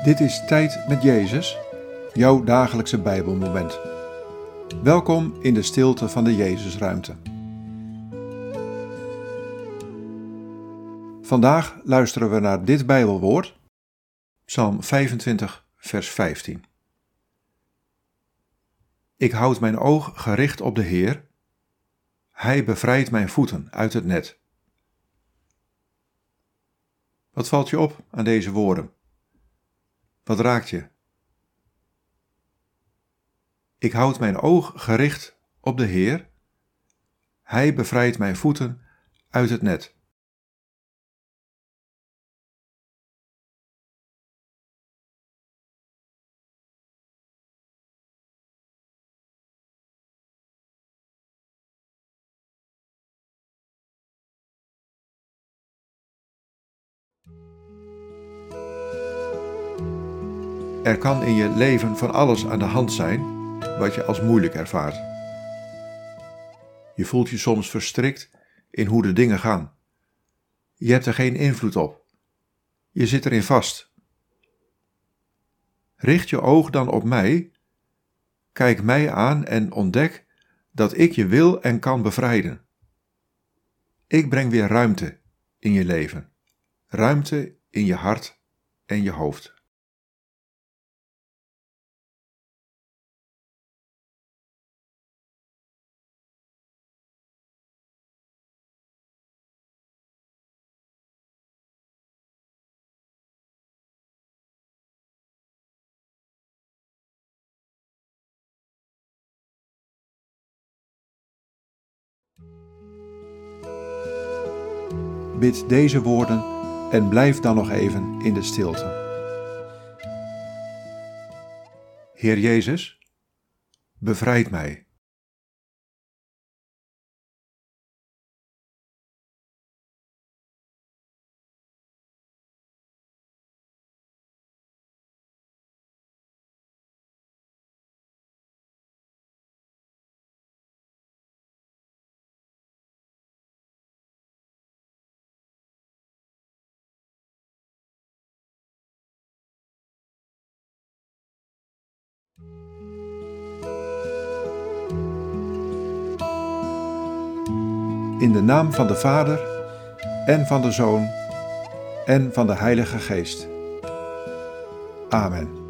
Dit is Tijd met Jezus, jouw dagelijkse Bijbelmoment. Welkom in de stilte van de Jezusruimte. Vandaag luisteren we naar dit Bijbelwoord, Psalm 25, vers 15. Ik houd mijn oog gericht op de Heer. Hij bevrijdt mijn voeten uit het net. Wat valt je op aan deze woorden? Wat raakt je? Ik houd mijn oog gericht op de Heer. Hij bevrijdt mijn voeten uit het net. Er kan in je leven van alles aan de hand zijn wat je als moeilijk ervaart. Je voelt je soms verstrikt in hoe de dingen gaan. Je hebt er geen invloed op. Je zit erin vast. Richt je oog dan op mij, kijk mij aan en ontdek dat ik je wil en kan bevrijden. Ik breng weer ruimte in je leven, ruimte in je hart en je hoofd. Bid deze woorden en blijf dan nog even in de stilte. Heer Jezus, bevrijd mij. In de naam van de Vader, en van de Zoon, en van de Heilige Geest. Amen.